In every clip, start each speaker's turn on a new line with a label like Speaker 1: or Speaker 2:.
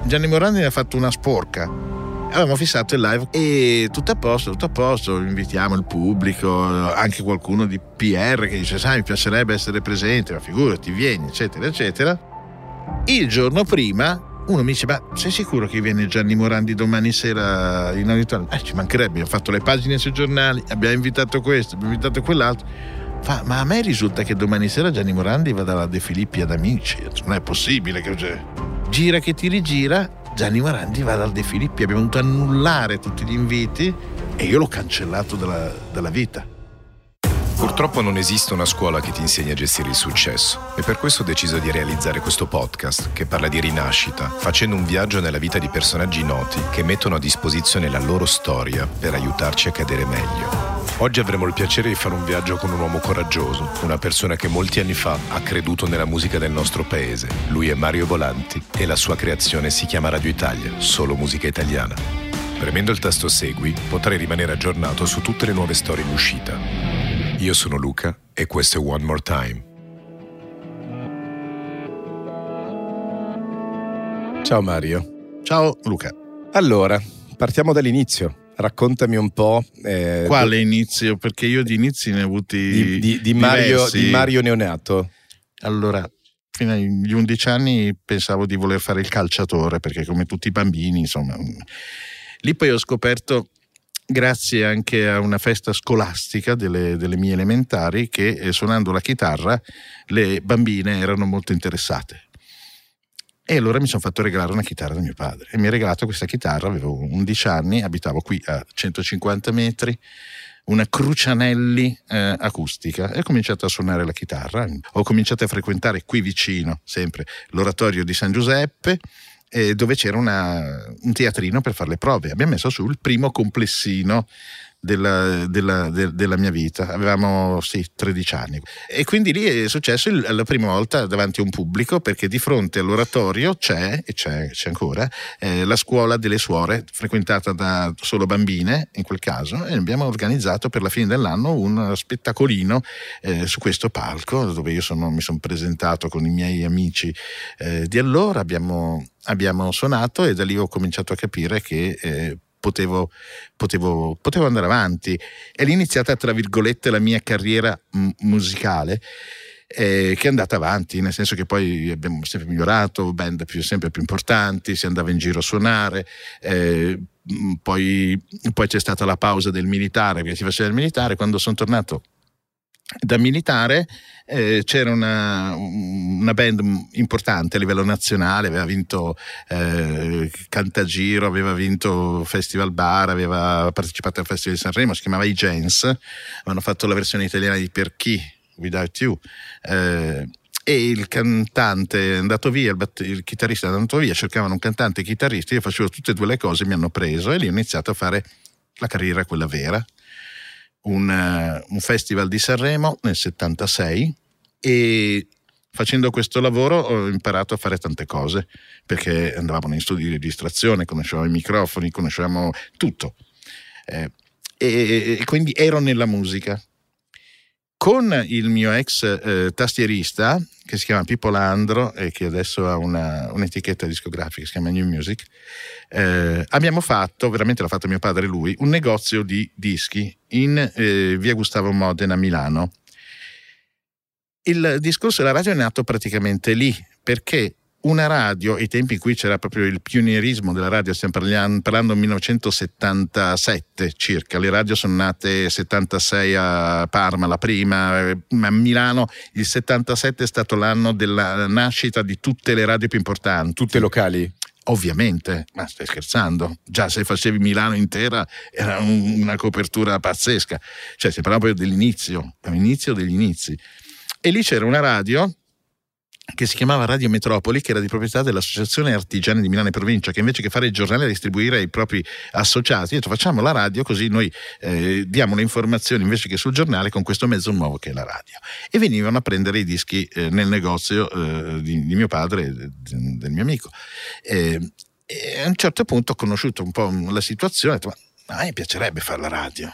Speaker 1: Gianni Morandi ne ha fatto una sporca. Avevamo fissato il live e tutto a posto, invitiamo il pubblico, anche qualcuno di PR che dice sai mi piacerebbe essere presente, ma figurati vieni eccetera eccetera. Il giorno prima uno mi dice ma sei sicuro che viene Gianni Morandi domani sera in auditorium? Ci mancherebbe, abbiamo fatto le pagine sui giornali, abbiamo invitato questo, abbiamo invitato quell'altro. Ma a me risulta che domani sera Gianni Morandi va dalla De Filippi ad Amici, non è possibile che gira che ti rigira. Gianni Morandi va dal De Filippi, abbiamo dovuto annullare tutti gli inviti e io l'ho cancellato dalla vita.
Speaker 2: Purtroppo non esiste una scuola che ti insegni a gestire il successo e per questo ho deciso di realizzare questo podcast che parla di rinascita, facendo un viaggio nella vita di personaggi noti che mettono a disposizione la loro storia per aiutarci a cadere meglio. Oggi avremo il piacere di fare un viaggio con un uomo coraggioso, una persona che molti anni fa ha creduto nella musica del nostro paese. Lui è Mario Volanti e la sua creazione si chiama Radio Italia, solo musica italiana. Premendo il tasto Segui potrai rimanere aggiornato su tutte le nuove storie in uscita. Io sono Luca e questo è One More Time. Ciao Mario.
Speaker 1: Ciao Luca.
Speaker 2: Allora, partiamo dall'inizio. Raccontami un po'.
Speaker 1: Quale inizio? Perché io di inizi ne ho avuti
Speaker 2: di Mario Neonato.
Speaker 1: Allora, fino agli 11 anni pensavo di voler fare il calciatore, perché come tutti i bambini, insomma. Lì poi ho scoperto, grazie anche a una festa scolastica delle mie elementari, che suonando la chitarra le bambine erano molto interessate. E allora mi sono fatto regalare una chitarra da mio padre e mi ha regalato questa chitarra, avevo 11 anni, abitavo qui a 150 metri, una Crucianelli acustica, e ho cominciato a suonare la chitarra. Ho cominciato a frequentare qui vicino sempre l'oratorio di San Giuseppe, dove c'era un teatrino per fare le prove. Abbiamo messo su il primo complessino della mia vita, avevamo 13 anni e quindi lì è successo la prima volta davanti a un pubblico, perché di fronte all'oratorio c'è ancora la scuola delle suore, frequentata da solo bambine in quel caso, e abbiamo organizzato per la fine dell'anno un spettacolino su questo palco dove io mi sono presentato con i miei amici di allora, abbiamo suonato e da lì ho cominciato a capire che potevo andare avanti, e lì è iniziata tra virgolette la mia carriera musicale, che è andata avanti, nel senso che poi abbiamo sempre migliorato, band sempre più importanti, si andava in giro a suonare, poi c'è stata la pausa del militare, perché si faceva il militare. Quando sono tornato da militare c'era una band importante a livello nazionale, aveva vinto Cantagiro, aveva vinto Festival Bar, aveva partecipato al Festival di Sanremo, si chiamava I Gens, avevano fatto la versione italiana di Per chi, Without You, e il cantante è andato via, il chitarrista è andato via, cercavano un cantante e chitarrista, io facevo tutte e due le cose, mi hanno preso e lì ho iniziato a fare la carriera quella vera. Un festival di Sanremo nel 76, e facendo questo lavoro ho imparato a fare tante cose, perché andavamo in studi di registrazione, conoscevamo i microfoni, conoscevamo tutto, e quindi ero nella musica. Con il mio ex tastierista, che si chiama Pippo Landro e che adesso ha un'etichetta discografica che si chiama New Music, abbiamo fatto, veramente l'ha fatto mio padre e lui, un negozio di dischi in via Gustavo Modena a Milano. Il discorso della radio è nato praticamente lì, perché una radio, ai tempi in cui c'era proprio il pionierismo della radio, stiamo parlando del 1977 circa, le radio sono nate 76 a Parma la prima, ma a Milano il 77 è stato l'anno della nascita di tutte le radio più importanti.
Speaker 2: Tutte locali?
Speaker 1: Ovviamente, ma stai scherzando? Già se facevi Milano intera era una copertura pazzesca, cioè si parlava proprio dell'inizio degli inizi. E lì c'era una radio che si chiamava Radio Metropoli, che era di proprietà dell'Associazione Artigiani di Milano e Provincia, che invece che fare il giornale e distribuire ai propri associati, ha detto facciamo la radio, così noi diamo le informazioni invece che sul giornale con questo mezzo nuovo che è la radio. E venivano a prendere i dischi nel negozio di mio padre e del mio amico. E a un certo punto ho conosciuto un po' la situazione, ho detto ma a me piacerebbe fare la radio.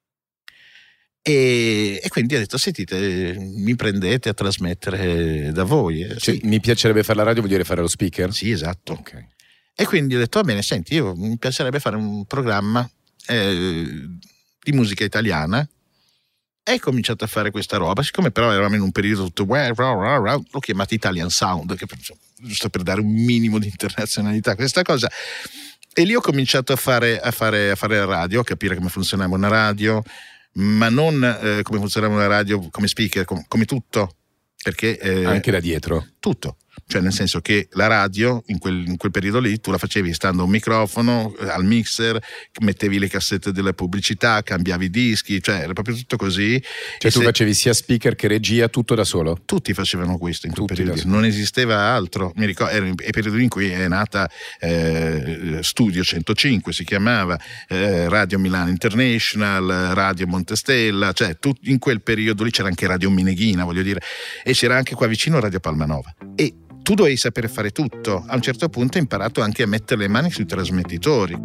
Speaker 1: E quindi ho detto sentite, mi prendete a trasmettere da voi?
Speaker 2: Cioè, sì. Mi piacerebbe fare la radio, vuol dire fare lo speaker?
Speaker 1: Sì, esatto.
Speaker 2: Okay.
Speaker 1: E quindi ho detto, va bene, senti, mi piacerebbe fare un programma di musica italiana. E ho cominciato a fare questa roba, siccome però eravamo in un periodo tutto l'ho chiamato Italian Sound, giusto per dare un minimo di internazionalità a questa cosa. E lì ho cominciato a fare la radio, a capire come funzionava una radio, ma non come funzionava una radio come speaker, come tutto, perché
Speaker 2: anche da dietro
Speaker 1: tutto. Cioè, nel senso che la radio in quel periodo lì tu la facevi stando a un microfono, al mixer, mettevi le cassette della pubblicità, cambiavi i dischi, cioè era proprio tutto così.
Speaker 2: Cioè tu facevi sia speaker che regia, tutto da solo?
Speaker 1: Tutti facevano questo in quel periodo, non esisteva altro. Mi ricordo, era il periodo in cui è nata Studio 105, si chiamava, Radio Milano International, Radio Montestella, cioè in quel periodo lì c'era anche Radio Mineghina, voglio dire, e c'era anche qua vicino Radio Palmanova. E tu dovevi sapere fare tutto. A un certo punto ho imparato anche a mettere le mani sui trasmettitori.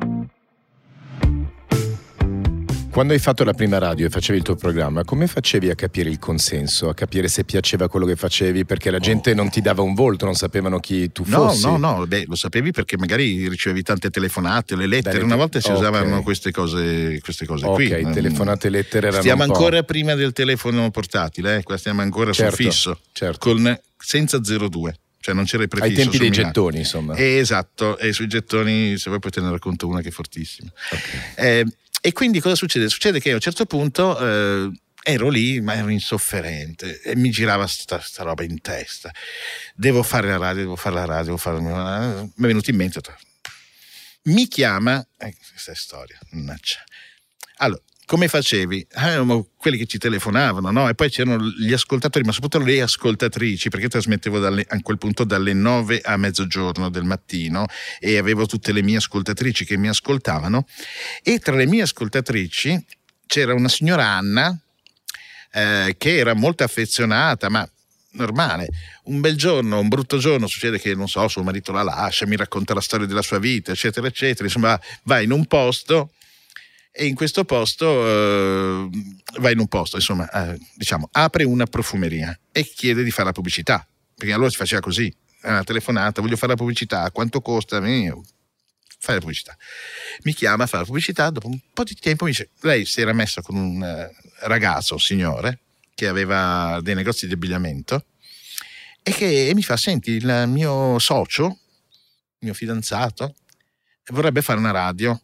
Speaker 2: Quando hai fatto la prima radio e facevi il tuo programma, come facevi a capire il consenso, a capire se piaceva quello che facevi? Perché la gente non ti dava un volto, non sapevano chi tu fossi.
Speaker 1: No, lo sapevi perché magari ricevevi tante telefonate, le lettere. Una volta si usavano queste cose qui.
Speaker 2: Ok, telefonate e lettere erano
Speaker 1: stiamo ancora prima del telefono portatile, qua stiamo ancora sul fisso, senza 02. Cioè non c'era il prefisso.
Speaker 2: Ai tempi dei gettoni, insomma.
Speaker 1: Esatto, e sui gettoni, se vuoi poi te ne racconto una che è fortissima. Okay. E quindi cosa succede? Succede che a un certo punto ero lì, ma ero insofferente e mi girava sta roba in testa. Devo fare la radio. Mi è venuto in mente. Mi chiama, questa è storia, mannaggia. Allora, come facevi? Quelli che ci telefonavano, no? E poi c'erano gli ascoltatori, ma soprattutto le ascoltatrici, perché trasmettevo a quel punto dalle 9 a mezzogiorno del mattino e avevo tutte le mie ascoltatrici che mi ascoltavano, e tra le mie ascoltatrici c'era una signora Anna che era molto affezionata, ma normale. Un bel giorno, un brutto giorno, succede che, non so, suo marito la lascia, mi racconta la storia della sua vita, eccetera, eccetera. Insomma, va in un posto. E in questo posto diciamo, apre una profumeria e chiede di fare la pubblicità, perché allora si faceva così, una telefonata, voglio fare la pubblicità, quanto costa? Fai la pubblicità. Mi chiama a fare la pubblicità, dopo un po' di tempo mi dice, lei si era messa con un ragazzo, un signore, che aveva dei negozi di abbigliamento, e mi fa, senti, il mio socio, il mio fidanzato, vorrebbe fare una radio.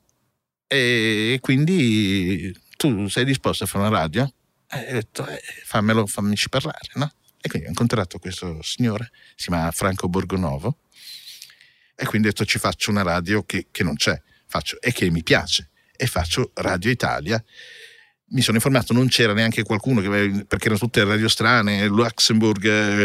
Speaker 1: E quindi tu sei disposto a fare una radio? E ho detto, fammici parlare, no? E quindi ho incontrato questo signore, si chiama Franco Borgonovo, e quindi ho detto, ci faccio una radio che non c'è, e che mi piace, e faccio Radio Italia. Mi sono informato, non c'era neanche qualcuno, perché erano tutte radio strane, Luxembourg,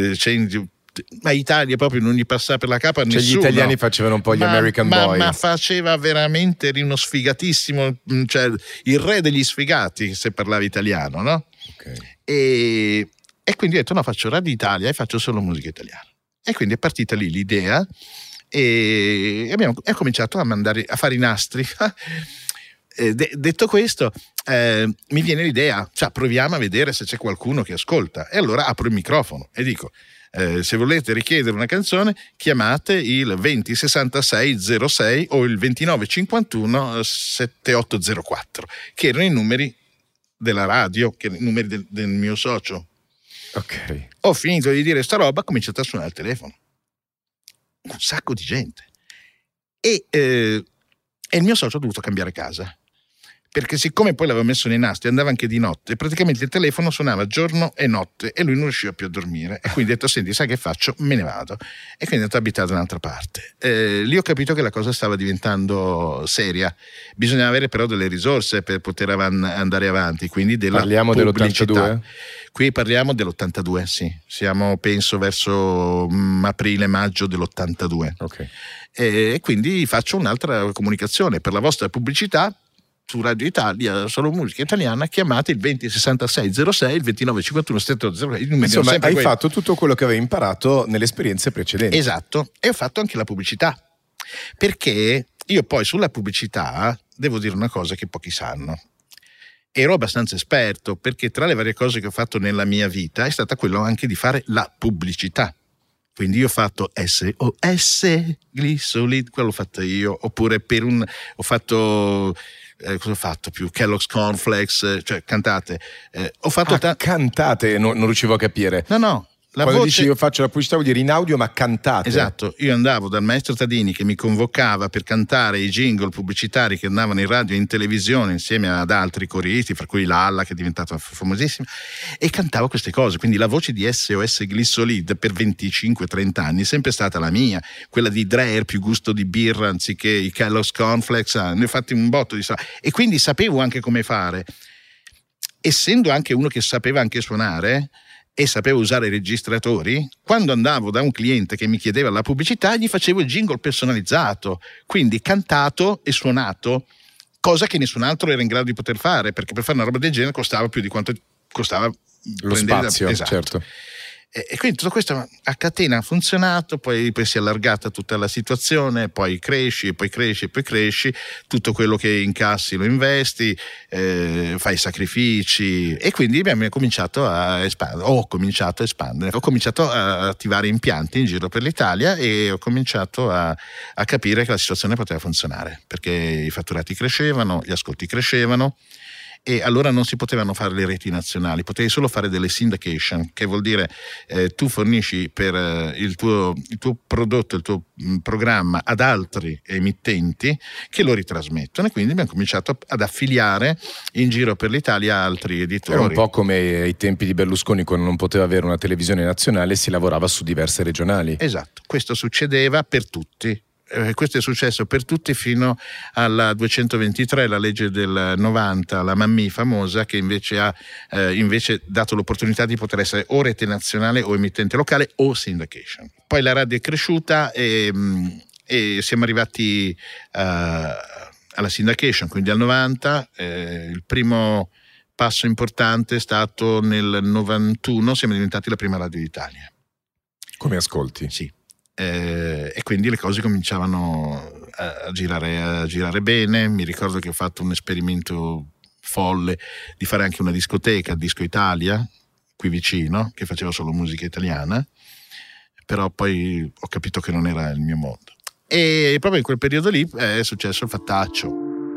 Speaker 1: ma Italia proprio non gli passava per la capa a nessuno.
Speaker 2: Gli italiani facevano un po' gli American Boy.
Speaker 1: Ma faceva veramente, eri uno sfigatissimo, cioè il re degli sfigati se parlavi italiano, no?
Speaker 2: Okay.
Speaker 1: E quindi ho detto, no, faccio Radio Italia e faccio solo musica italiana. E quindi è partita lì l'idea e abbiamo cominciato a fare i nastri. Detto questo, mi viene l'idea, cioè proviamo a vedere se c'è qualcuno che ascolta, e allora apro il microfono e dico, se volete richiedere una canzone chiamate il 2066 06 o il 2951 7804, che erano i numeri della radio, che erano i numeri del mio socio.
Speaker 2: Ok.
Speaker 1: Ho finito di dire sta roba, ho cominciato a suonare il telefono, un sacco di gente, e il mio socio ha dovuto cambiare casa, perché siccome poi l'avevo messo nei nastri, andava anche di notte, praticamente il telefono suonava giorno e notte e lui non riusciva più a dormire, e quindi ho detto, senti, sai che faccio? Me ne vado, e quindi è andato a abitare da un'altra parte. Lì ho capito che la cosa stava diventando seria, bisognava avere però delle risorse per poter andare avanti, quindi della
Speaker 2: Parliamo
Speaker 1: pubblicità.
Speaker 2: dell'82?
Speaker 1: Qui parliamo dell'82, sì, siamo penso verso aprile-maggio dell'82.
Speaker 2: Okay.
Speaker 1: E quindi faccio un'altra comunicazione per la vostra pubblicità su Radio Italia, solo musica italiana, chiamate il 2066 06, il 2951 7806.
Speaker 2: Insomma, hai fatto tutto quello che avevi imparato nelle esperienze precedenti.
Speaker 1: Esatto, e ho fatto anche la pubblicità, perché io poi sulla pubblicità devo dire una cosa che pochi sanno. Ero abbastanza esperto, perché tra le varie cose che ho fatto nella mia vita è stata quello anche di fare la pubblicità. Quindi io ho fatto SOS Glysolid, quello l'ho fatto io, oppure ho fatto cosa ho fatto più? Kellogg's Cornflakes, cioè cantate. Ho fatto
Speaker 2: cantate, non riuscivo a capire.
Speaker 1: No.
Speaker 2: Quando dici io faccio la pubblicità vuol dire in audio ma cantate.
Speaker 1: Esatto, io andavo dal maestro Tadini che mi convocava per cantare i jingle pubblicitari che andavano in radio e in televisione insieme ad altri coristi, fra cui Lalla che è diventata famosissima, e cantavo queste cose. Quindi la voce di SOS Glysolid per 25-30 anni è sempre stata la mia, quella di Dreher, più gusto di birra anziché i Kellogg's Cornflakes, ne ho fatti un botto e quindi sapevo anche come fare, essendo anche uno che sapeva anche suonare e sapevo usare i registratori. Quando andavo da un cliente che mi chiedeva la pubblicità, gli facevo il jingle personalizzato, quindi cantato e suonato, cosa che nessun altro era in grado di poter fare, perché per fare una roba del genere costava più di quanto costava
Speaker 2: lo spazio,
Speaker 1: esatto.
Speaker 2: Certo.
Speaker 1: E quindi tutto questo a catena ha funzionato, poi si è allargata tutta la situazione, poi cresci, tutto quello che incassi lo investi, fai sacrifici, e quindi abbiamo cominciato a espandere. Ho cominciato a attivare impianti in giro per l'Italia e ho cominciato a capire che la situazione poteva funzionare, perché i fatturati crescevano, gli ascolti crescevano, e allora non si potevano fare le reti nazionali, potevi solo fare delle syndication, che vuol dire tu fornisci per il tuo prodotto, il tuo programma ad altri emittenti che lo ritrasmettono, e quindi abbiamo cominciato ad affiliare in giro per l'Italia altri editori.
Speaker 2: Era un po' come ai tempi di Berlusconi, quando non poteva avere una televisione nazionale, si lavorava su diverse regionali.
Speaker 1: Esatto, questo succedeva per tutti. Questo è successo per tutti fino alla 223, la legge del 90, la Mammì famosa, che invece ha dato l'opportunità di poter essere o rete nazionale o emittente locale o syndication. Poi la radio è cresciuta e siamo arrivati alla syndication, quindi al 90. Il primo passo importante è stato nel 91, siamo diventati la prima radio d'Italia.
Speaker 2: Come ascolti?
Speaker 1: Sì. E quindi le cose cominciavano a girare bene. Mi ricordo che ho fatto un esperimento folle di fare anche una discoteca, Disco Italia, qui vicino, che faceva solo musica italiana, però poi ho capito che non era il mio mondo, e proprio in quel periodo lì è successo il fattaccio.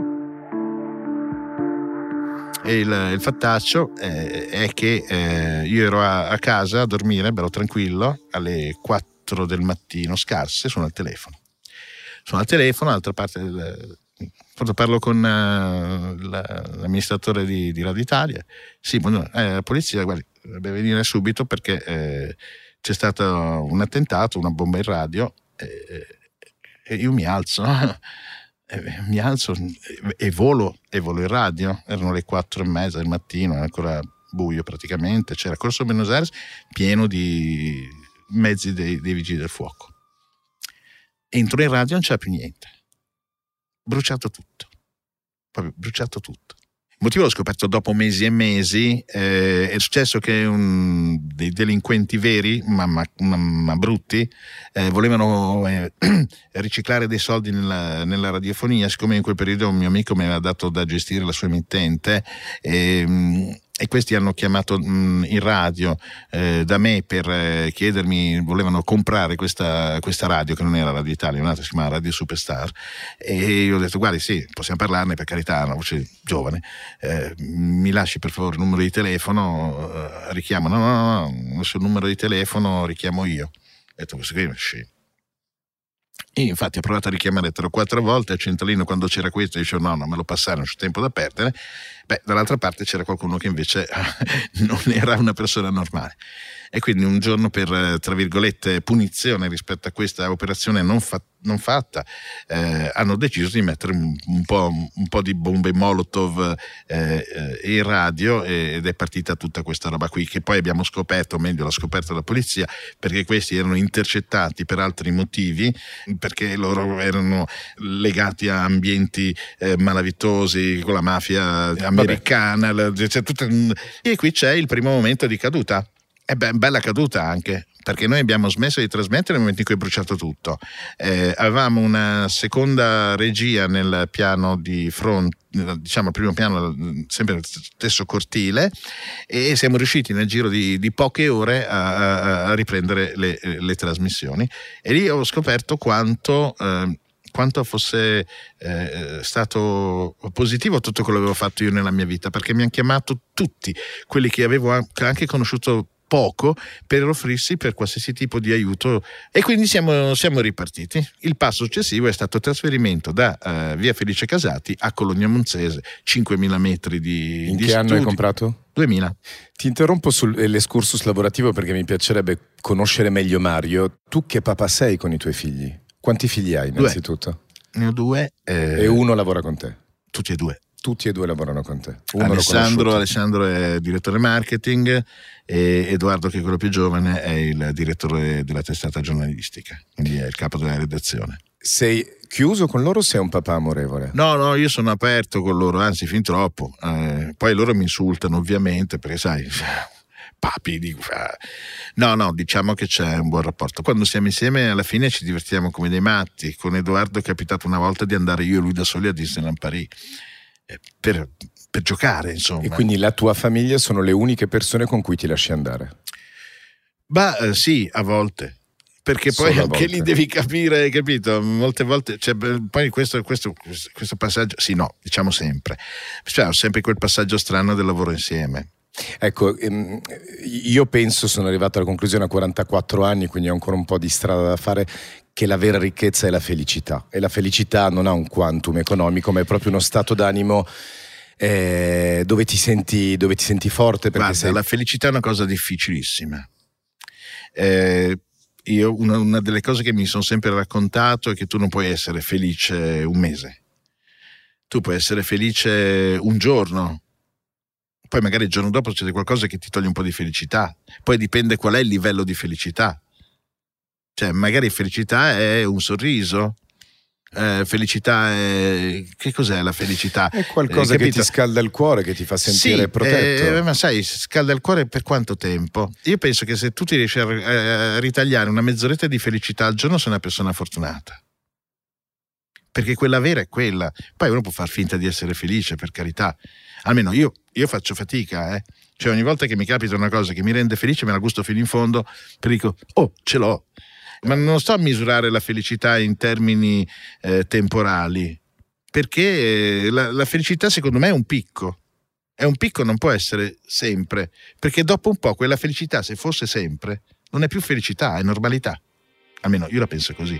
Speaker 1: E il fattaccio è che io ero a casa a dormire, bello tranquillo, alle 4 del mattino scarse, sono al telefono, dall'altra parte parlo con l'amministratore di Radio Italia. Sì, buongiorno, polizia, guardi, deve venire subito perché c'è stato un attentato, una bomba in radio, e io mi alzo e volo in radio. Erano le 4:30 del mattino, era ancora buio praticamente, c'era Corso Buenos Aires pieno di mezzi dei vigili del fuoco. Entro in radio, non c'è più niente, bruciato tutto. Il motivo l'ho scoperto dopo mesi e mesi. È successo che dei delinquenti veri, ma brutti, volevano riciclare dei soldi nella radiofonia. Siccome in quel periodo un mio amico mi aveva dato da gestire la sua emittente, e questi hanno chiamato in radio da me per chiedermi, volevano comprare questa radio, che non era Radio Italia, un'altra si chiamava Radio Superstar, e io ho detto: guardi, sì, possiamo parlarne, per carità, una voce giovane, mi lasci per favore il numero di telefono, richiamo. No, il suo numero di telefono richiamo io. Ho detto: questo qui, sì. E infatti ho provato a richiamare 3 o 4 volte. Al centralino, quando c'era questo, dicevo: no, me lo passare, non c'è tempo da perdere. Dall'altra parte c'era qualcuno che invece non era una persona normale, e quindi un giorno, per tra virgolette punizione rispetto a questa operazione non fatta, hanno deciso di mettere un po' di bombe Molotov in radio, ed è partita tutta questa roba qui, che poi abbiamo scoperto, o meglio l'ha scoperta la polizia, perché questi erano intercettati per altri motivi, perché loro erano legati a ambienti malavitosi con la mafia americana, e qui c'è il primo momento di caduta. Bella caduta anche, perché noi abbiamo smesso di trasmettere nel momento in cui è bruciato tutto. Avevamo una seconda regia nel piano di fronte, diciamo il primo piano, sempre nel stesso cortile, e siamo riusciti nel giro di poche ore a riprendere le trasmissioni, e lì ho scoperto quanto fosse stato positivo tutto quello che avevo fatto io nella mia vita, perché mi hanno chiamato tutti quelli che avevo anche conosciuto poco per offrirsi per qualsiasi tipo di aiuto, e quindi siamo ripartiti. Il passo successivo è stato il trasferimento da via Felice Casati a Cologna Monzese, 5.000 metri di
Speaker 3: In che
Speaker 1: studi.
Speaker 3: anno hai comprato?
Speaker 1: 2000.
Speaker 3: Ti interrompo sull'escursus lavorativo perché mi piacerebbe conoscere meglio Mario. Tu che papà sei con i tuoi figli? Quanti figli hai innanzitutto?
Speaker 1: Ne ho 2.
Speaker 3: E uno lavora con te?
Speaker 1: Tutti e 2.
Speaker 3: Tutti e 2 lavorano con te. Uno
Speaker 1: Alessandro è direttore marketing, e Edoardo, che è quello più giovane, è il direttore della testata giornalistica, quindi è il capo della redazione.
Speaker 3: Sei chiuso con loro o sei un papà amorevole?
Speaker 1: No, io sono aperto con loro, anzi fin troppo. Poi loro mi insultano ovviamente, perché sai, papi, dico, no, diciamo che c'è un buon rapporto. Quando siamo insieme alla fine ci divertiamo come dei matti. Con Edoardo è capitato una volta di andare io e lui da soli a Disneyland Paris per giocare, insomma.
Speaker 3: E quindi la tua famiglia sono le uniche persone con cui ti lasci andare?
Speaker 1: Sì, a volte. Perché poi
Speaker 3: Solo a
Speaker 1: anche
Speaker 3: volte.
Speaker 1: lì devi capire, capito? Molte volte, poi questo passaggio, sì, no, diciamo sempre. C'è sempre quel passaggio strano del lavoro insieme.
Speaker 3: Ecco, io penso, sono arrivato alla conclusione a 44 anni, quindi ho ancora un po' di strada da fare, che la vera ricchezza è la felicità, e la felicità non ha un quantum economico, ma è proprio uno stato d'animo dove ti senti forte, perché
Speaker 1: Guarda, la felicità è una cosa difficilissima. Io una delle cose che mi sono sempre raccontato è che tu non puoi essere felice un mese, tu puoi essere felice un giorno, poi magari il giorno dopo succede qualcosa che ti toglie un po' di felicità, poi dipende qual è il livello di felicità. Cioè, magari felicità è un sorriso, felicità è... Che cos'è la felicità?
Speaker 3: è qualcosa che ti scalda il cuore, che ti fa sentire protetto.
Speaker 1: Ma sai, scalda il cuore per quanto tempo? Io penso che se tu ti riesci a ritagliare una mezz'oretta di felicità al giorno, sei una persona fortunata, perché quella vera è quella. Poi uno può far finta di essere felice, per carità, almeno io faccio fatica, cioè ogni volta che mi capita una cosa che mi rende felice me la gusto fino in fondo, perché dico, ce l'ho. Ma non sto a misurare la felicità in termini temporali, perché la felicità secondo me è un picco, non può essere sempre, perché dopo un po' quella felicità, se fosse sempre, non è più felicità, è normalità, almeno io la penso così.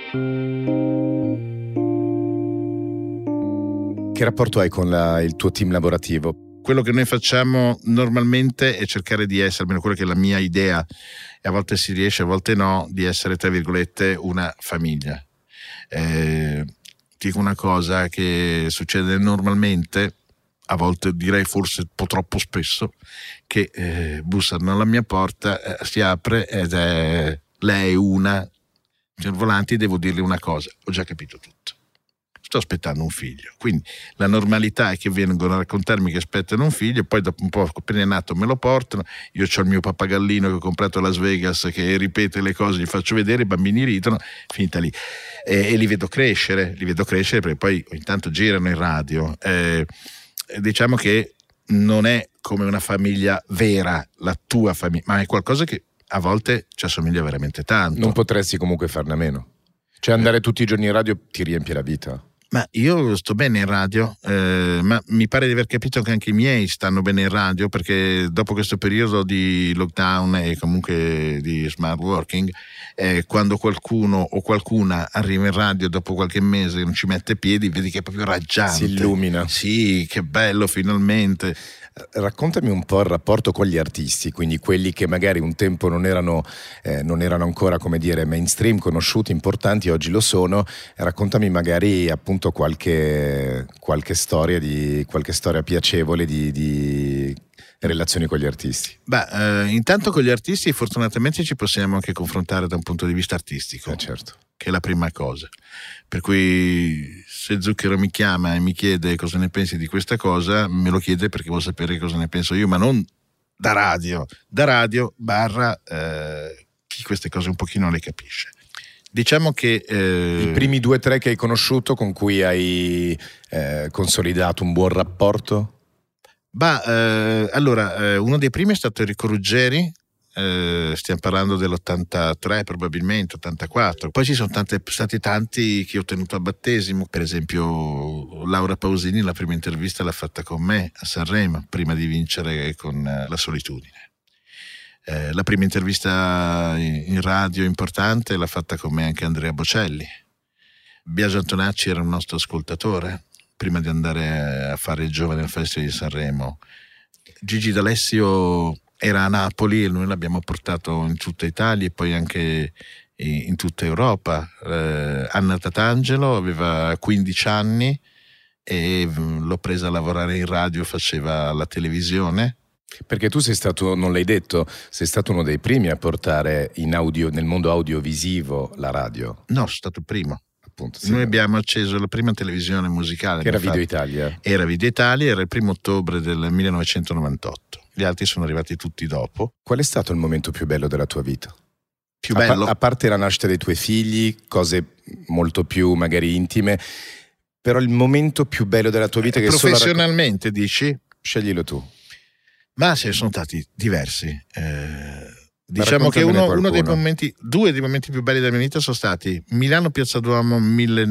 Speaker 3: Che rapporto hai con il tuo team lavorativo?
Speaker 1: Quello che noi facciamo normalmente è cercare di essere, almeno quello che è la mia idea, e a volte si riesce, a volte no, di essere, tra virgolette, una famiglia. Ti dico una cosa che succede normalmente, a volte direi forse un po' troppo spesso, che bussano alla mia porta, si apre ed è lei una, signor Volanti, devo dirle una cosa, ho già capito tutto. Sto aspettando un figlio, quindi la normalità è che vengono a raccontarmi che aspettano un figlio, poi dopo un po', appena è nato, me lo portano. Io ho il mio pappagallino che ho comprato a Las Vegas, che ripete le cose, gli faccio vedere, i bambini ridono, finita lì, e li vedo crescere perché poi intanto girano in radio. Diciamo che non è come una famiglia vera, la tua famiglia, ma è qualcosa che a volte ci assomiglia veramente tanto.
Speaker 3: Non potresti comunque farne a meno, cioè andare tutti i giorni in radio ti riempie la vita.
Speaker 1: Ma io sto bene in radio, ma mi pare di aver capito che anche i miei stanno bene in radio, perché dopo questo periodo di lockdown e comunque di smart working, quando qualcuno o qualcuna arriva in radio dopo qualche mese e non ci mette piedi, vedi che è proprio raggiante.
Speaker 3: Si illumina.
Speaker 1: Sì, che bello, finalmente.
Speaker 3: Raccontami un po' il rapporto con gli artisti, quindi quelli che magari un tempo non erano ancora, come dire, mainstream, conosciuti, importanti, oggi lo sono. Raccontami magari appunto qualche storia piacevole di relazioni con gli artisti.
Speaker 1: Intanto con gli artisti fortunatamente ci possiamo anche confrontare da un punto di vista artistico,
Speaker 3: certo,
Speaker 1: che è la prima cosa, per cui se Zucchero mi chiama e mi chiede cosa ne pensi di questa cosa, me lo chiede perché vuol sapere cosa ne penso io, ma non da radio / chi queste cose un pochino le capisce. Diciamo che
Speaker 3: i primi 2 o 3 che hai conosciuto con cui hai consolidato un buon rapporto?
Speaker 1: Allora, uno dei primi è stato Enrico Ruggeri, stiamo parlando dell'83 probabilmente, 84. Poi ci sono stati tanti che ho tenuto a battesimo, per esempio Laura Pausini, la prima intervista l'ha fatta con me a Sanremo, prima di vincere con La solitudine. La prima intervista in radio importante l'ha fatta con me anche Andrea Bocelli. Biagio Antonacci era un nostro ascoltatore prima di andare a fare il Giovane al Festival di Sanremo. Gigi D'Alessio era a Napoli e noi l'abbiamo portato in tutta Italia e poi anche in tutta Europa. Anna Tatangelo aveva 15 anni e l'ho presa a lavorare in radio, faceva la televisione.
Speaker 3: Perché tu sei stato, non l'hai detto, sei stato uno dei primi a portare nel mondo audiovisivo la radio.
Speaker 1: No, sono stato il primo.
Speaker 3: Appunto, sì.
Speaker 1: Noi abbiamo acceso la prima televisione musicale.
Speaker 3: Che era Video Italia.
Speaker 1: Era Video Italia, era il 1 ottobre del 1998. Gli altri sono arrivati tutti dopo.
Speaker 3: Qual è stato il momento più bello della tua vita?
Speaker 1: Più bello?
Speaker 3: A parte la nascita dei tuoi figli, cose molto più magari intime, però il momento più bello della tua vita che
Speaker 1: professionalmente dici?
Speaker 3: Sceglilo tu.
Speaker 1: Ma ce ne sono stati diversi. Diciamo che uno dei momenti, 2 dei momenti più belli della mia vita sono stati Milano Piazza Duomo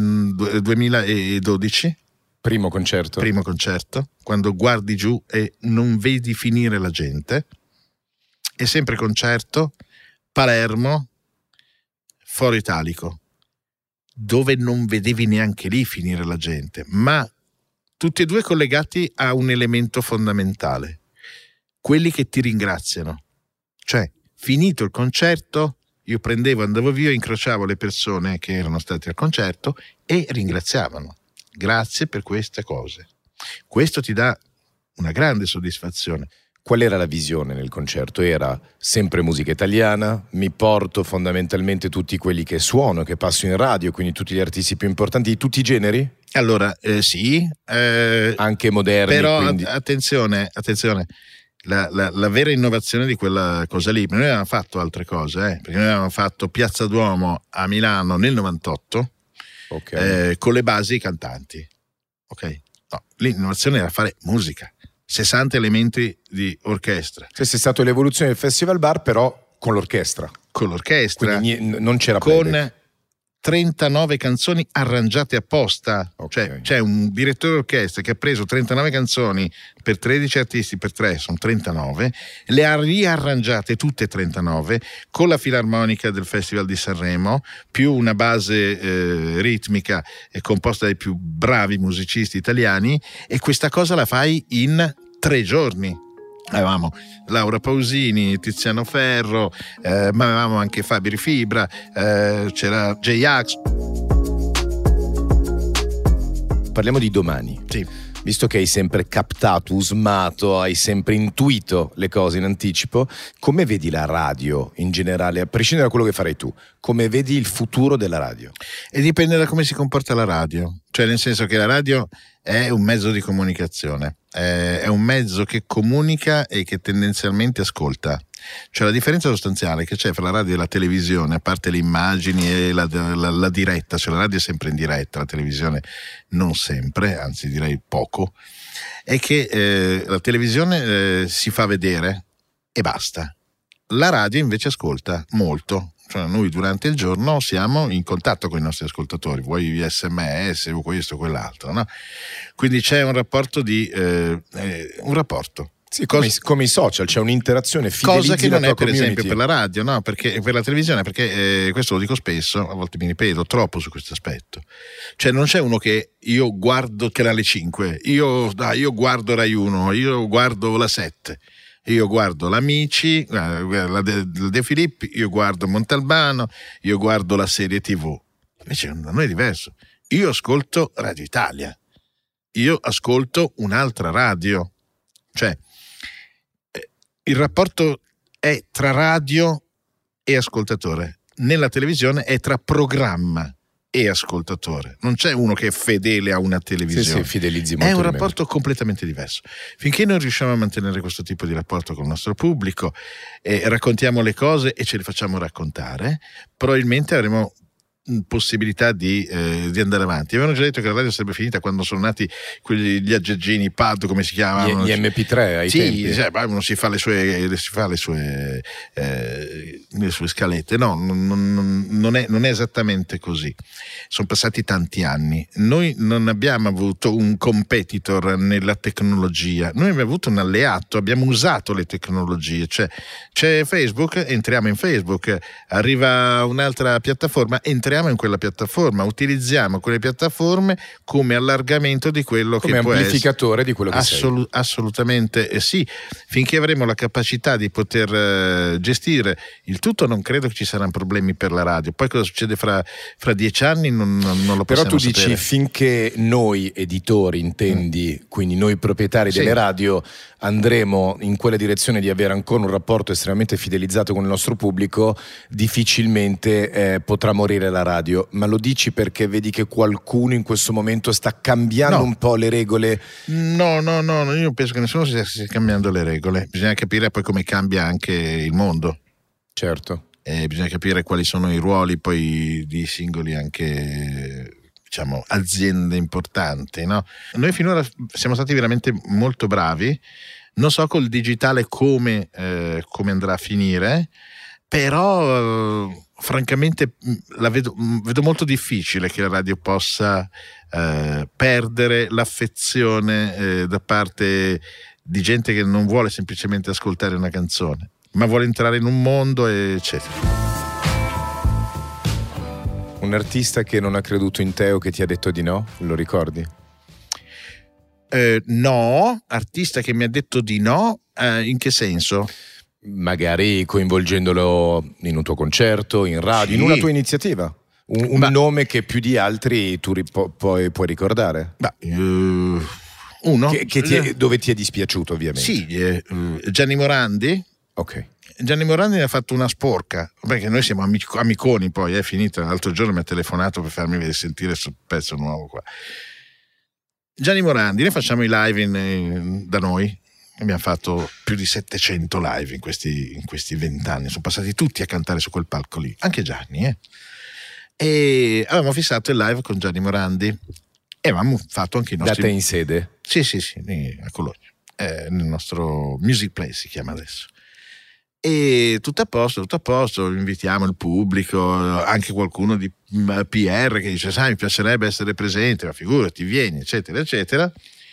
Speaker 1: 2012.
Speaker 3: Primo concerto,
Speaker 1: quando guardi giù e non vedi finire la gente. E sempre concerto Palermo, Foro Italico, dove non vedevi neanche lì finire la gente, ma tutti e 2 collegati a un elemento fondamentale: quelli che ti ringraziano. Cioè, finito il concerto, io andavo via, incrociavo le persone che erano state al concerto e ringraziavano. Grazie per queste cose. Questo ti dà una grande soddisfazione.
Speaker 3: Qual era la visione nel concerto? Era sempre musica italiana, mi porto fondamentalmente tutti quelli che suono, che passo in radio, quindi tutti gli artisti più importanti di tutti i generi?
Speaker 1: Allora, sì.
Speaker 3: Anche moderni.
Speaker 1: Però
Speaker 3: quindi...
Speaker 1: attenzione. La vera innovazione di quella cosa lì, noi avevamo fatto altre cose, perché noi avevamo fatto Piazza Duomo a Milano nel 98,
Speaker 3: okay.
Speaker 1: Con le basi cantanti. Ok? No, l'innovazione era fare musica, 60 elementi di orchestra.
Speaker 3: Cioè, sei stato l'evoluzione del Festival Bar, però con l'orchestra.
Speaker 1: Con l'orchestra.
Speaker 3: Quindi non c'era
Speaker 1: con
Speaker 3: playback.
Speaker 1: 39 canzoni arrangiate apposta.
Speaker 3: Okay.
Speaker 1: Cioè c'è un direttore d'orchestra che ha preso 39 canzoni per 13 artisti, per 3 sono 39, le ha riarrangiate tutte e 39 con la filarmonica del Festival di Sanremo, più una base ritmica composta dai più bravi musicisti italiani, e questa cosa la fai in 3 giorni. Avevamo Laura Pausini, Tiziano Ferro, ma avevamo anche Fabri Fibra, c'era J-Ax.
Speaker 3: Parliamo di domani.
Speaker 1: Sì.
Speaker 3: Visto che hai sempre captato, usmato, hai sempre intuito le cose in anticipo, come vedi la radio in generale, a prescindere da quello che farai tu? Come vedi il futuro della radio?
Speaker 1: E dipende da come si comporta la radio. Cioè, nel senso che la radio è un mezzo di comunicazione, è un mezzo che comunica e che tendenzialmente ascolta. Cioè, la differenza sostanziale che c'è fra la radio e la televisione, a parte le immagini e la diretta, cioè la radio è sempre in diretta, la televisione non sempre, anzi direi poco, è che la televisione si fa vedere e basta. La radio invece ascolta molto. Cioè, noi durante il giorno siamo in contatto con i nostri ascoltatori, vuoi via SMS o questo o quell'altro, no? Quindi c'è un rapporto un rapporto.
Speaker 3: Sì, come i social, c'è un'interazione, fidelizzi
Speaker 1: cosa che non
Speaker 3: la
Speaker 1: è
Speaker 3: tua
Speaker 1: per
Speaker 3: community.
Speaker 1: esempio per la radio, no? Perché per la televisione, perché questo lo dico spesso, a volte mi ripeto troppo su questo aspetto. Cioè, non c'è uno che io guardo Canale 5, io guardo Rai 1, io guardo la 7, io guardo l'Amici, la De Filippi, io guardo Montalbano, io guardo la serie TV. Invece da noi è diverso. Io ascolto Radio Italia, io ascolto un'altra radio. Cioè, il rapporto è tra radio e ascoltatore. Nella televisione è tra programma e ascoltatore. Non c'è uno che è fedele a una televisione.
Speaker 3: Sì, fidelizzi molto.
Speaker 1: È un rapporto completamente diverso. Finché non riusciamo a mantenere questo tipo di rapporto con il nostro pubblico, raccontiamo le cose e ce le facciamo raccontare, probabilmente avremo possibilità di andare avanti. Avevano già detto che la radio sarebbe finita quando sono nati gli aggeggini pad, come si chiamano,
Speaker 3: gli MP3 ai tempi.
Speaker 1: Sì, uno si fa le sue scalette. No, non è esattamente così. Sono passati tanti anni. Noi non abbiamo avuto un competitor nella tecnologia, noi abbiamo avuto un alleato, abbiamo usato le tecnologie. Cioè, c'è Facebook, entriamo in Facebook, arriva un'altra piattaforma, entriamo in quella piattaforma, utilizziamo quelle piattaforme come allargamento di quello
Speaker 3: come
Speaker 1: che può essere,
Speaker 3: come amplificatore di quello che sei.
Speaker 1: Assolutamente sì. Finché avremo la capacità di poter gestire il tutto, non credo che ci saranno problemi per la radio. Poi cosa succede fra 10 anni non lo possiamo sapere.
Speaker 3: Però tu dici finché noi editori, intendi, quindi noi proprietari delle radio, andremo in quella direzione di avere ancora un rapporto estremamente fidelizzato con il nostro pubblico, difficilmente potrà morire la radio. Ma lo dici perché vedi che qualcuno in questo momento sta cambiando un po' le regole?
Speaker 1: No, io penso che nessuno stia cambiando le regole. Bisogna capire poi come cambia anche il mondo.
Speaker 3: Certo.
Speaker 1: Bisogna capire quali sono i ruoli poi di singoli anche, diciamo, aziende importanti, no? Noi finora siamo stati veramente molto bravi. Non so col digitale come andrà a finire, però francamente vedo molto difficile che la radio possa perdere l'affezione da parte di gente che non vuole semplicemente ascoltare una canzone, ma vuole entrare in un mondo, eccetera.
Speaker 3: Un artista che non ha creduto in te o che ti ha detto di no, lo ricordi?
Speaker 1: No, artista che mi ha detto di no, in che senso?
Speaker 3: Magari coinvolgendolo in un tuo concerto, in radio, in una tua iniziativa. Un nome che più di altri tu puoi ricordare?
Speaker 1: Uno
Speaker 3: dove ti è dispiaciuto, ovviamente.
Speaker 1: Sì, Gianni Morandi.
Speaker 3: Ok.
Speaker 1: Gianni Morandi ha fatto una sporca, perché noi siamo amiconi, poi è finita. L'altro giorno mi ha telefonato per farmi sentire questo pezzo nuovo qua. Gianni Morandi, noi facciamo i live da noi. Abbiamo fatto più di 700 live in questi 20 anni. Sono passati tutti a cantare su quel palco lì, anche Gianni. E avevamo fissato il live con Gianni Morandi e avevamo fatto anche i nostri.
Speaker 3: Date in sede?
Speaker 1: Sì, a Cologno, nel nostro Music Place si chiama adesso. E tutto a posto, invitiamo il pubblico, anche qualcuno di PR che dice: sai, mi piacerebbe essere presente, ma figurati, vieni, eccetera, eccetera.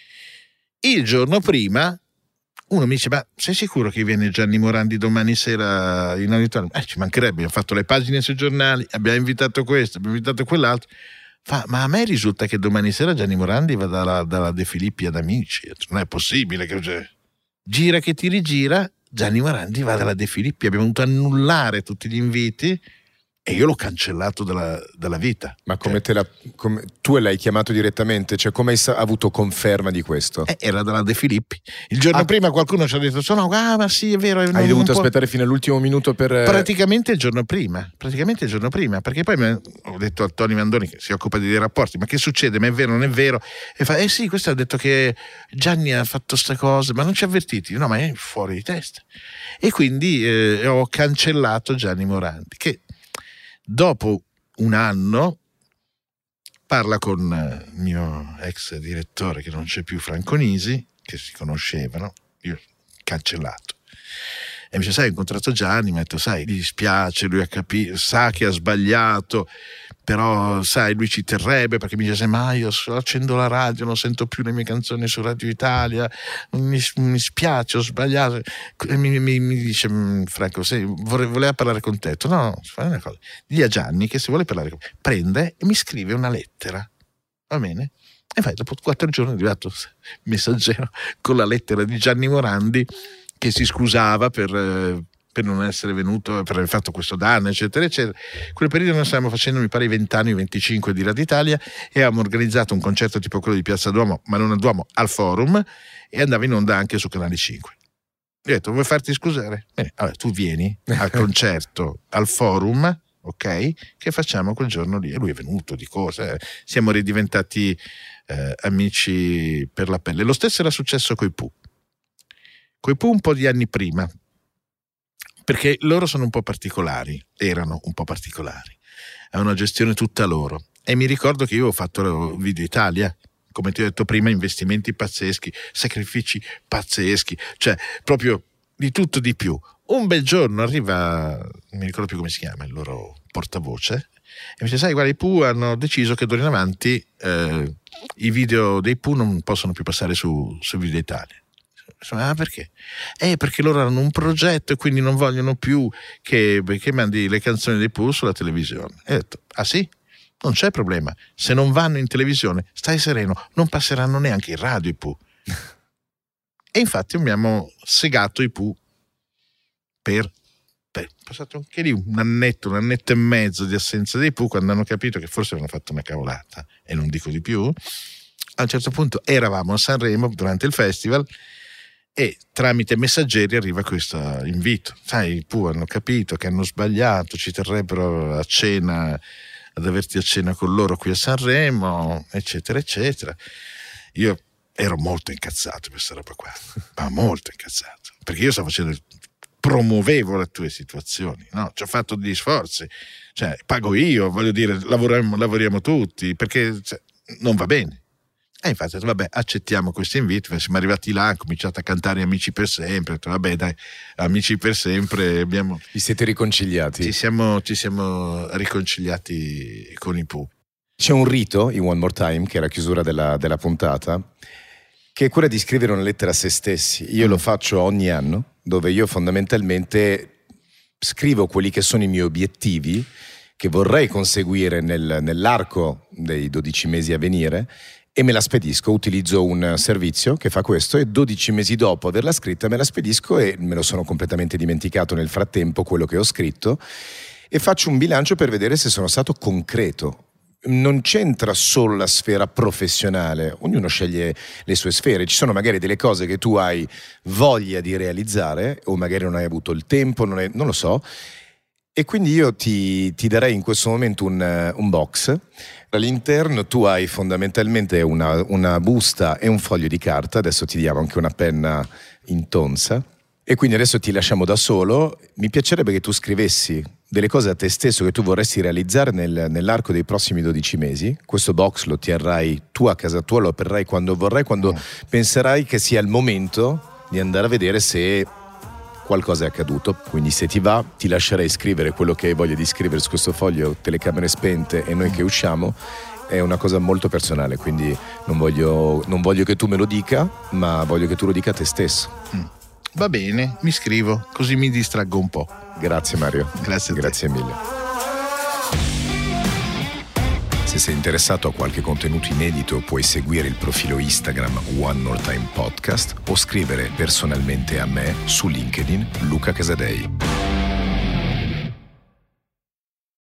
Speaker 1: Il giorno prima uno mi dice: ma sei sicuro che viene Gianni Morandi domani sera in auditorium? Ci mancherebbe, abbiamo fatto le pagine sui giornali, abbiamo invitato questo, abbiamo invitato quell'altro. Ma a me risulta che domani sera Gianni Morandi va dalla De Filippi ad Amici. Non è possibile che gira che ti rigira, Gianni Morandi va dalla De Filippi. Abbiamo dovuto annullare tutti gli inviti e io l'ho cancellato dalla vita.
Speaker 3: Ma come tu l'hai chiamato direttamente? Cioè, come hai avuto conferma di questo?
Speaker 1: Era dalla De Filippi. Il giorno prima qualcuno ci ha detto: ma sì, è vero.
Speaker 3: Hai dovuto aspettare fino all'ultimo minuto per.
Speaker 1: Praticamente il giorno prima, perché poi ho detto a Tony Mandoni, che si occupa di dei rapporti: ma che succede? Ma è vero, non è vero? E fa: sì, questo ha detto che Gianni ha fatto sta cosa, ma non ci ha avvertiti. No, ma è fuori di testa. E quindi ho cancellato Gianni Morandi, che dopo un anno parla con il mio ex direttore, che non c'è più, Franco Nisi, che si conoscevano. Io cancellato. E mi dice: sai, ho incontrato Gianni, mi ha detto: sai, gli dispiace, lui sa che ha sbagliato, però sai, lui ci terrebbe, perché mi dice: ma io accendo la radio, non sento più le mie canzoni su Radio Italia, mi spiace, ho sbagliato. E mi dice: Franco, voleva parlare con te. No, fai una cosa, digli a Gianni che se vuole parlare con me, prende e mi scrive una lettera, va bene? E fai, dopo 4 giorni è arrivato il messaggero con la lettera di Gianni Morandi che si scusava per non essere venuto, per aver fatto questo danno, eccetera, eccetera. Quel periodo noi stavamo facendo, mi pare, i 20 anni, 25 di Radio Italia, e avevamo organizzato un concerto tipo quello di Piazza Duomo, ma non al Duomo, al Forum, e andava in onda anche su Canale 5. Gli ho detto: vuoi farti scusare? Bene, allora, tu vieni al concerto al Forum ok? Che facciamo quel giorno lì? E lui è venuto di cosa, siamo ridiventati amici per la pelle. Lo stesso era successo coi Pooh un po' di anni prima, perché loro sono un po' particolari, erano un po' particolari, è una gestione tutta loro. E mi ricordo che io avevo fatto Video Italia, come ti ho detto prima, investimenti pazzeschi, sacrifici pazzeschi, cioè proprio di tutto di più. Un bel giorno arriva, non mi ricordo più come si chiama, il loro portavoce, e mi dice: sai, guarda, i Pooh hanno deciso che d'ora in avanti i video dei Pooh non possono più passare su Video Italia. Ah, perché? Perché loro hanno un progetto e quindi non vogliono più che mandi le canzoni dei Pooh sulla televisione. E ho detto: ah sì? Non c'è problema, se non vanno in televisione stai sereno, non passeranno neanche in radio i Pooh. E infatti abbiamo segato i Pooh per passato anche lì un annetto e mezzo di assenza dei Pooh, quando hanno capito che forse avevano fatto una cavolata, e non dico di più. A un certo punto eravamo a Sanremo durante il festival e tramite messaggeri arriva questo invito: sai, i Pooh hanno capito che hanno sbagliato, ci terrebbero a cena, ad averti a cena con loro qui a Sanremo, eccetera eccetera. Io ero molto incazzato per questa roba qua, ma molto incazzato, perché io stavo facendo, promuovevo le tue situazioni, no? Ci ho fatto degli sforzi, cioè pago io, voglio dire, lavoriamo tutti, perché non va bene. E infatti ho detto: vabbè, accettiamo questo invito. Siamo arrivati là, ho cominciato a cantare Amici per sempre, ho detto: vabbè dai, Amici per sempre,
Speaker 3: vi siete riconciliati?
Speaker 1: Ci siamo riconciliati con i Pooh.
Speaker 3: C'è un rito in One More Time, che è la chiusura della puntata, che è quella di scrivere una lettera a se stessi. Io lo faccio ogni anno, dove io fondamentalmente scrivo quelli che sono i miei obiettivi che vorrei conseguire nell'arco dei 12 mesi a venire, e me la spedisco. Utilizzo un servizio che fa questo, e 12 mesi dopo averla scritta me la spedisco, e me lo sono completamente dimenticato nel frattempo quello che ho scritto, e faccio un bilancio per vedere se sono stato concreto. Non c'entra solo la sfera professionale, ognuno sceglie le sue sfere. Ci sono magari delle cose che tu hai voglia di realizzare, o magari non hai avuto il tempo, non lo so, e quindi io ti darei in questo momento un box. All'interno tu hai fondamentalmente una busta e un foglio di carta. Adesso ti diamo anche una penna in tonsa, e quindi adesso ti lasciamo da solo. Mi piacerebbe che tu scrivessi delle cose a te stesso che tu vorresti realizzare nell'arco dei prossimi 12 mesi. Questo box lo terrai tu a casa tua, lo aprirai quando vorrai, quando penserai che sia il momento di andare a vedere se qualcosa è accaduto. Quindi se ti va, ti lascerei scrivere quello che hai voglia di scrivere su questo foglio, telecamere spente e noi che usciamo. È una cosa molto personale, quindi non voglio che tu me lo dica, ma voglio che tu lo dica a te stesso.
Speaker 1: Va bene, mi scrivo, così mi distraggo un po'.
Speaker 3: Grazie Mario.
Speaker 1: Grazie
Speaker 3: mille.
Speaker 2: Se sei interessato a qualche contenuto inedito, puoi seguire il profilo Instagram One More Time Podcast o scrivere personalmente a me su LinkedIn Luca Casadei.